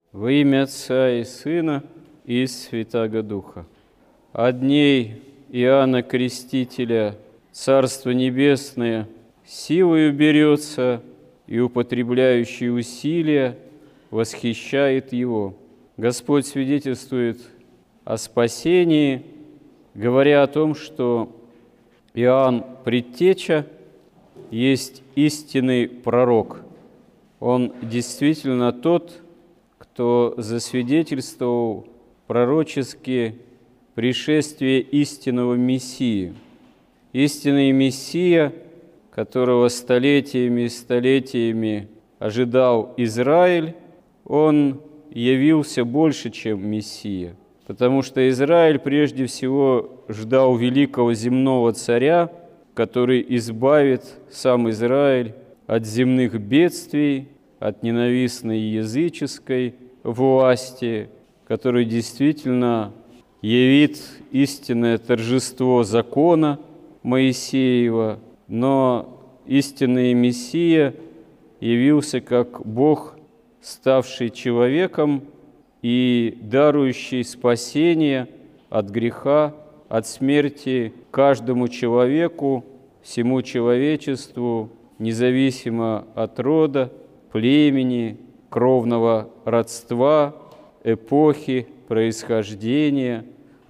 Во имя Отца и Сына и Святаго Духа. От дней Иоанна Крестителя Царство Небесное силою берется, и употребляющий усилия восхищает его. Господь свидетельствует о спасении, говоря о том, что Иоанн Предтеча есть истинный пророк. Он действительно тот, кто засвидетельствовал пророчески пришествие истинного Мессии. Истинный Мессия, которого столетиями и столетиями ожидал Израиль, он явился больше, чем Мессия, потому что Израиль прежде всего ждал великого земного царя, который избавит сам Израиль от земных бедствий, от ненавистной языческой власти, который действительно явит истинное торжество закона Моисеева, но истинный Мессия явился как Бог, ставший человеком и дарующий спасение от греха, от смерти каждому человеку, всему человечеству, независимо от рода, племени, кровного родства, эпохи, происхождения,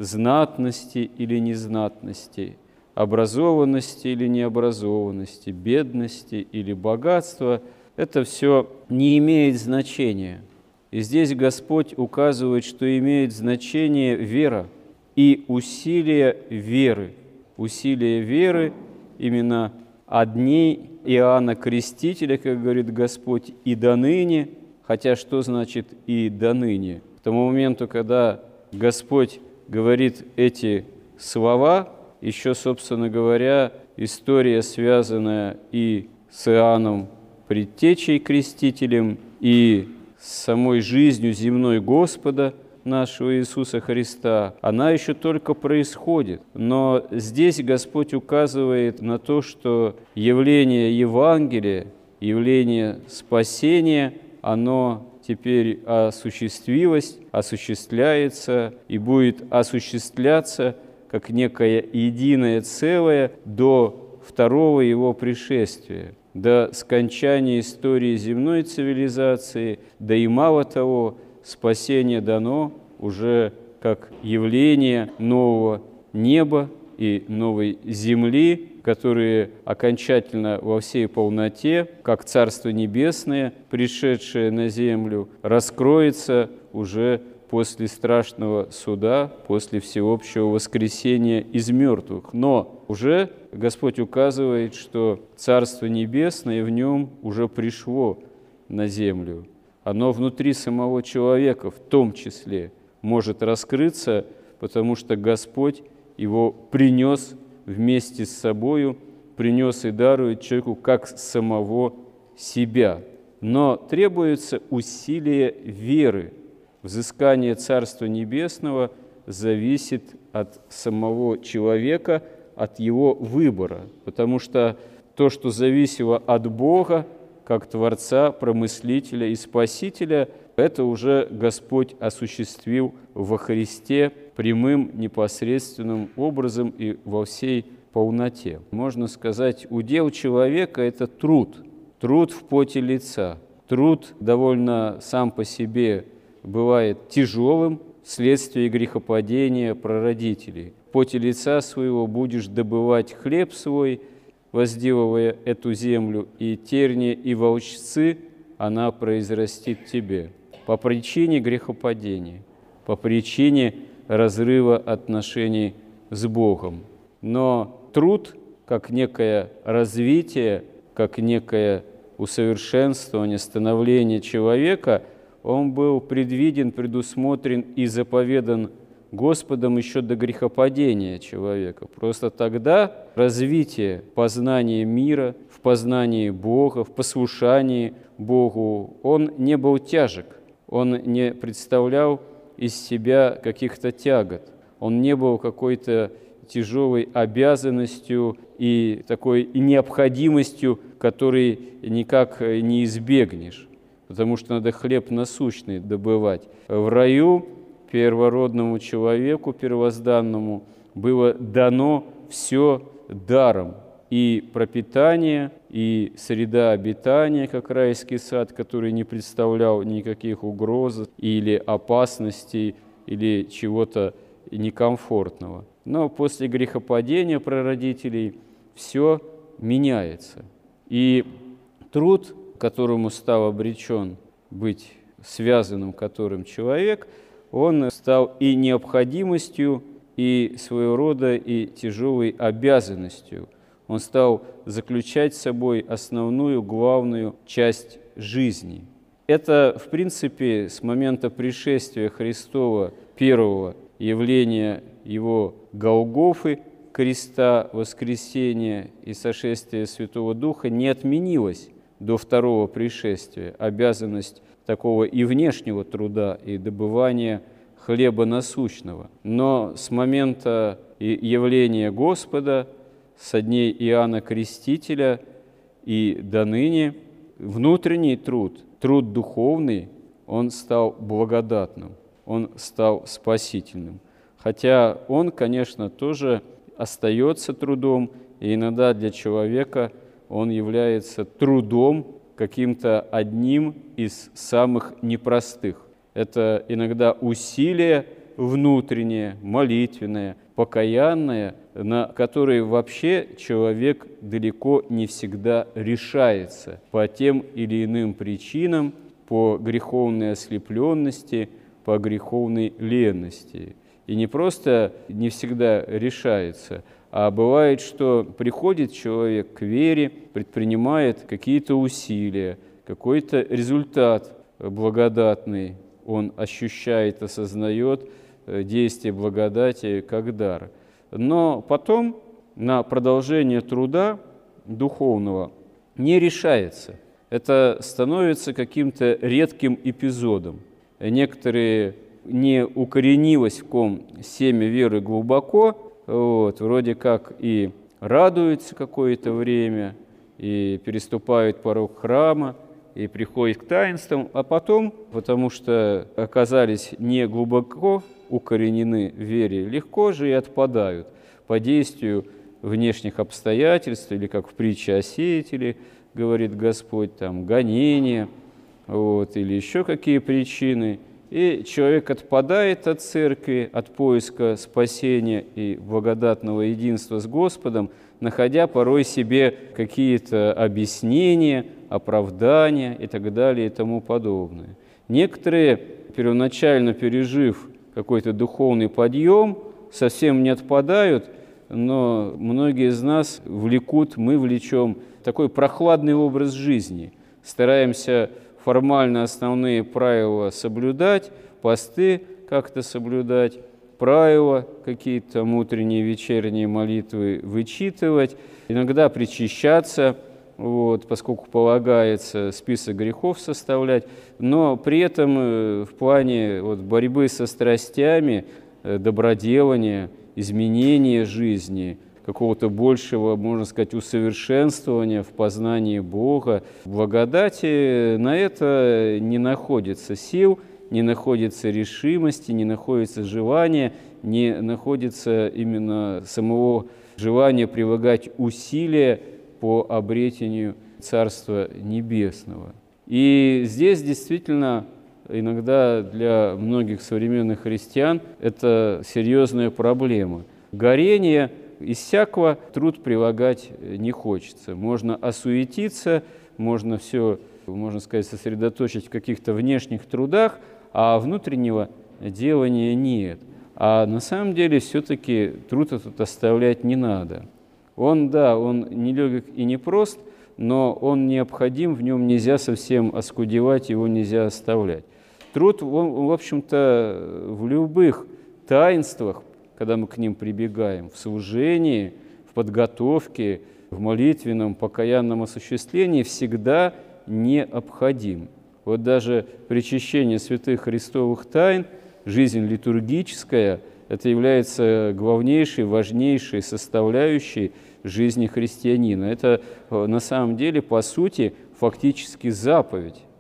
знатности или незнатности, образованности или необразованности, бедности или богатства. Это все не имеет значения. И здесь Господь указывает, что имеет значение вера и усилие веры. Усилие веры именно от дней Иоанна Крестителя, как говорит Господь, и до ныне. Хотя что значит «и до ныне»? К тому моменту, когда Господь говорит эти слова, еще, собственно говоря, история, связанная и с Иоанном Предтечей Крестителем, и с самой жизнью земной Господа нашего Иисуса Христа, она еще только происходит. Но здесь Господь указывает на то, что явление Евангелия, явление спасения, оно теперь осуществилось, осуществляется и будет осуществляться как некое единое целое до второго Его пришествия, до скончания истории земной цивилизации, да и мало того, спасение дано уже как явление нового неба и новой земли, которые окончательно во всей полноте, как Царство Небесное, пришедшее на землю, раскроется уже после страшного суда, после всеобщего воскресения из мертвых. Но уже Господь указывает, что Царство Небесное в нем уже пришло на землю. Оно внутри самого человека в том числе может раскрыться, потому что Господь его принес вместе с собою, принес и дарует человеку как самого себя. Но требуется усилие веры. Взыскание Царства Небесного зависит от самого человека, от его выбора, потому что то, что зависело от Бога, как Творца, Промыслителя и Спасителя, это уже Господь осуществил во Христе прямым, непосредственным образом и во всей полноте. Можно сказать, удел человека – это труд, труд в поте лица. Труд довольно сам по себе бывает тяжелым вследствие грехопадения прародителей. В поте лица своего будешь добывать хлеб свой, возделывая эту землю, и терния, и волчцы она произрастит тебе. По причине грехопадения, по причине разрыва отношений с Богом. Но труд, как некое развитие, как некое усовершенствование, становление человека, он был предвиден, предусмотрен и заповедан Господом еще до грехопадения человека. Просто тогда развитие познания мира, в познании Бога, в послушании Богу, он не был тяжек, он не представлял из себя каких-то тягот, он не был какой-то тяжелой обязанностью и такой необходимостью, которой никак не избегнешь. потому что надо хлеб насущный добывать. В раю первородному человеку, первозданному, было дано все даром. И пропитание, и среда обитания, как райский сад, который не представлял никаких угроз или опасностей, или чего-то некомфортного. Но после грехопадения прародителей все меняется. И труд, которому стал обречен быть связанным которым человек, он стал и необходимостью, и своего рода и тяжелой обязанностью. Он стал заключать в собой основную, главную часть жизни. Это, в принципе, с момента пришествия Христова, первого явления Его Голгофы, креста, воскресения и сошествия Святого Духа не отменилось до второго пришествия. Обязанность такого и внешнего труда, и добывания хлеба насущного. Но с момента явления Господа, со дней Иоанна Крестителя и до ныне, внутренний труд, труд духовный, он стал благодатным, он стал спасительным. Хотя он, конечно, тоже остается трудом, и иногда для человека он является трудом каким-то одним из самых непростых. Это иногда усилие внутреннее, молитвенное, покаянное, на которые вообще человек далеко не всегда решается по тем или иным причинам, по греховной ослепленности, по греховной ленности. И не просто не всегда решается, а бывает, что приходит человек к вере, предпринимает какие-то усилия, какой-то результат благодатный он ощущает, осознает действие благодати как дар. Но потом на продолжение труда духовного не решается. Это становится каким-то редким эпизодом. Некоторые не укоренилось в ком семя веры глубоко, вроде как и радуются какое-то время, и переступают порог храма, и приходят к таинствам, а потом, потому что оказались не глубоко укоренены в вере, легко же и отпадают по действию внешних обстоятельств, или как в притче о сеятеле, говорит Господь, там, гонения, или еще какие причины. И человек отпадает от церкви, от поиска спасения и благодатного единства с Господом, находя порой себе какие-то объяснения, оправдания и так далее и тому подобное. Некоторые, первоначально пережив какой-то духовный подъем, совсем не отпадают, но многие из нас мы влечем такой прохладный образ жизни, стараемся формально основные правила соблюдать, посты как-то соблюдать, правила какие-то утренние, вечерние молитвы вычитывать, иногда причащаться, поскольку полагается список грехов составлять, но при этом в плане борьбы со страстями, доброделания, изменения жизни, какого-то большего, можно сказать, усовершенствования в познании Бога, благодати, на это не находится сил, не находится решимости, не находится желания, не находится именно самого желания прилагать усилия по обретению Царства Небесного. И здесь действительно иногда для многих современных христиан это серьезная проблема. Горение иссякло, труд прилагать не хочется. Можно осуетиться, можно все, можно сказать, сосредоточить в каких-то внешних трудах, а внутреннего делания нет. А на самом деле все-таки труд этот оставлять не надо. Он нелегок и непрост, но он необходим, в нем нельзя совсем оскудевать, его нельзя оставлять. Труд, он, в общем-то, в любых таинствах, когда мы к ним прибегаем, в служении, в подготовке, в молитвенном, покаянном осуществлении всегда необходим. Даже причащение святых христовых тайн, жизнь литургическая, это является главнейшей, важнейшей составляющей жизни христианина. Это на самом деле, по сути, фактически заповедь.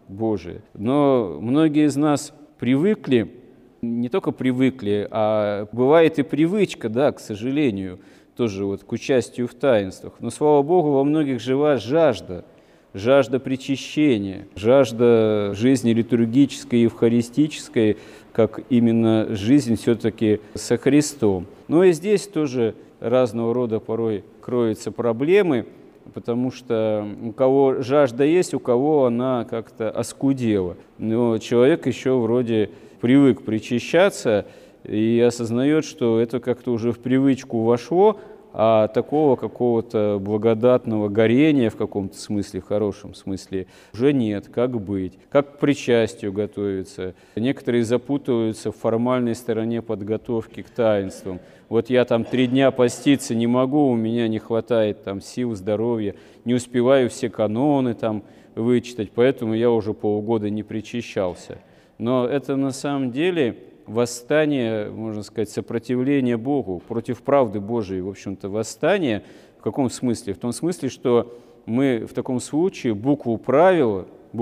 Божие. Но многие из нас привыкли, не только привыкли, а бывает и привычка, да, к сожалению, тоже вот к участию в таинствах. Но, слава Богу, во многих жива жажда причащения, жажда жизни литургической и евхаристической, как именно жизнь все-таки со Христом. Но и здесь тоже разного рода порой кроются проблемы, потому что у кого жажда есть, у кого она как-то оскудела. Но человек еще вроде привык причащаться и осознает, что это как-то уже в привычку вошло, а такого какого-то благодатного горения в каком-то смысле, в хорошем смысле, уже нет. Как быть? Как к причастию готовиться? Некоторые запутываются в формальной стороне подготовки к таинствам. Вот я там 3 дня поститься не могу, у меня не хватает там сил, здоровья, не успеваю все каноны там вычитать, поэтому я уже полгода не причащался. Но это на самом деле восстание, можно сказать, сопротивление Богу против правды Божией, в общем-то, восстание. В каком смысле? В том смысле, что мы в таком случае букву правила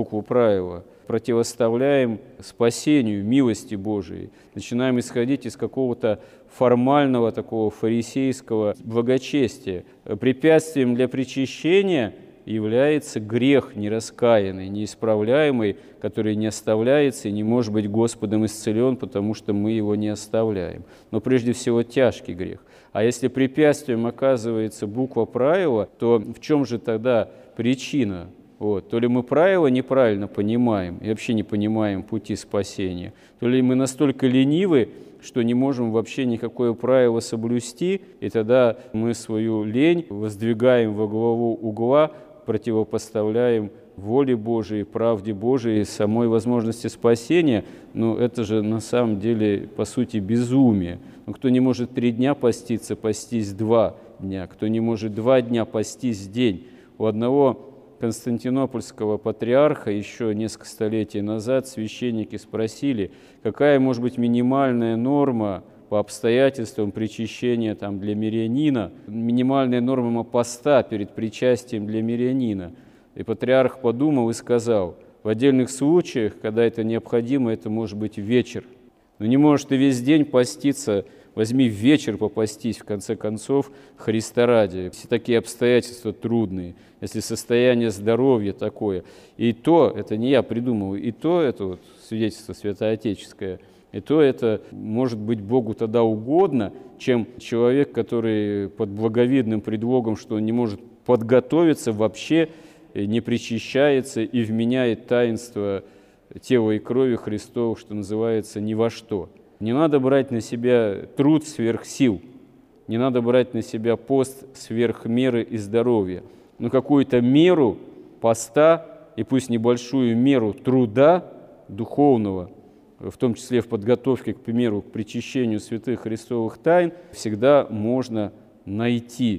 противоставляем спасению, милости Божией. Начинаем исходить из какого-то формального такого фарисейского благочестия. Препятствием для причащения является грех нераскаянный, неисправляемый, который не оставляется и не может быть Господом исцелен, потому что мы его не оставляем. Но прежде всего тяжкий грех. А если препятствием оказывается буква правила, то в чем же тогда причина? Вот. То ли мы правила неправильно понимаем и вообще не понимаем пути спасения, то ли мы настолько ленивы, что не можем вообще никакое правило соблюсти, и тогда мы свою лень воздвигаем во главу угла, противопоставляем воле Божией, правде Божией, самой возможности спасения. Но это же на самом деле, по сути, безумие. Но кто не может 3 дня поститься, постись 2 дня. Кто не может 2 дня, постись день. У одного константинопольского патриарха еще несколько столетий назад священники спросили, какая может быть минимальная норма по обстоятельствам причащения там, для мирянина, минимальная норма поста перед причастием для мирянина. И патриарх подумал и сказал, в отдельных случаях, когда это необходимо, это может быть вечер. Но не можешь ты весь день поститься, возьми вечер попастись, в конце концов, Христа ради. Все такие обстоятельства трудные, если состояние здоровья такое. И то, это не я придумал, и то это вот свидетельство святоотеческое, и то это может быть Богу тогда угодно, чем человек, который под благовидным предлогом, что он не может подготовиться, вообще не причащается и вменяет таинство тела и крови Христова, что называется, ни во что. Не надо брать на себя труд сверх сил, не надо брать на себя пост сверх меры и здоровья, но какую-то меру поста, и пусть небольшую меру труда духовного, в том числе в подготовке, к примеру, к причащению святых христовых тайн, всегда можно найти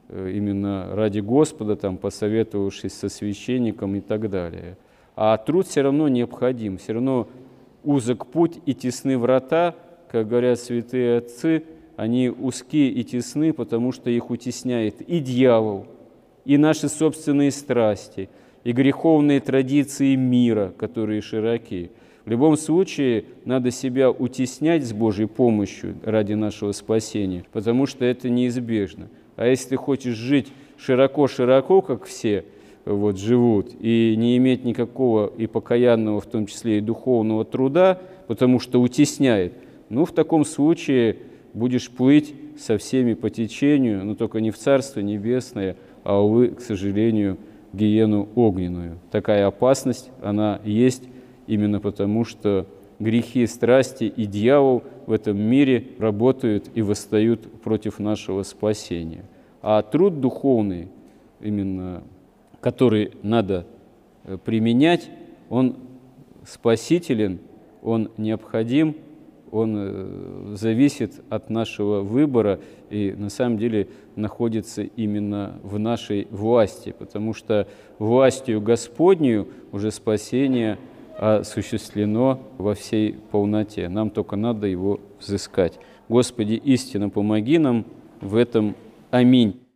именно ради Господа, там, посоветовавшись со священником и так далее. А труд все равно необходим, все равно узок путь и тесны врата, как говорят святые отцы, они узкие и тесны, потому что их утесняет и дьявол, и наши собственные страсти, и греховные традиции мира, которые широки. В любом случае надо себя утеснять с Божьей помощью ради нашего спасения, потому что это неизбежно. А если ты хочешь жить широко-широко, как все вот, живут, и не иметь никакого и покаянного, в том числе и духовного труда, потому что утесняет, ну, в таком случае будешь плыть со всеми по течению, но только не в Царство Небесное, а, увы, к сожалению, в гиену огненную. Такая опасность, она есть именно потому, что грехи, страсти и дьявол в этом мире работают и восстают против нашего спасения. А труд духовный, именно который надо применять, он спасителен, он необходим, он зависит от нашего выбора и на самом деле находится именно в нашей власти, потому что властью Господнею уже спасение осуществлено во всей полноте. Нам только надо его взыскать. Господи, истинно помоги нам в этом. Аминь.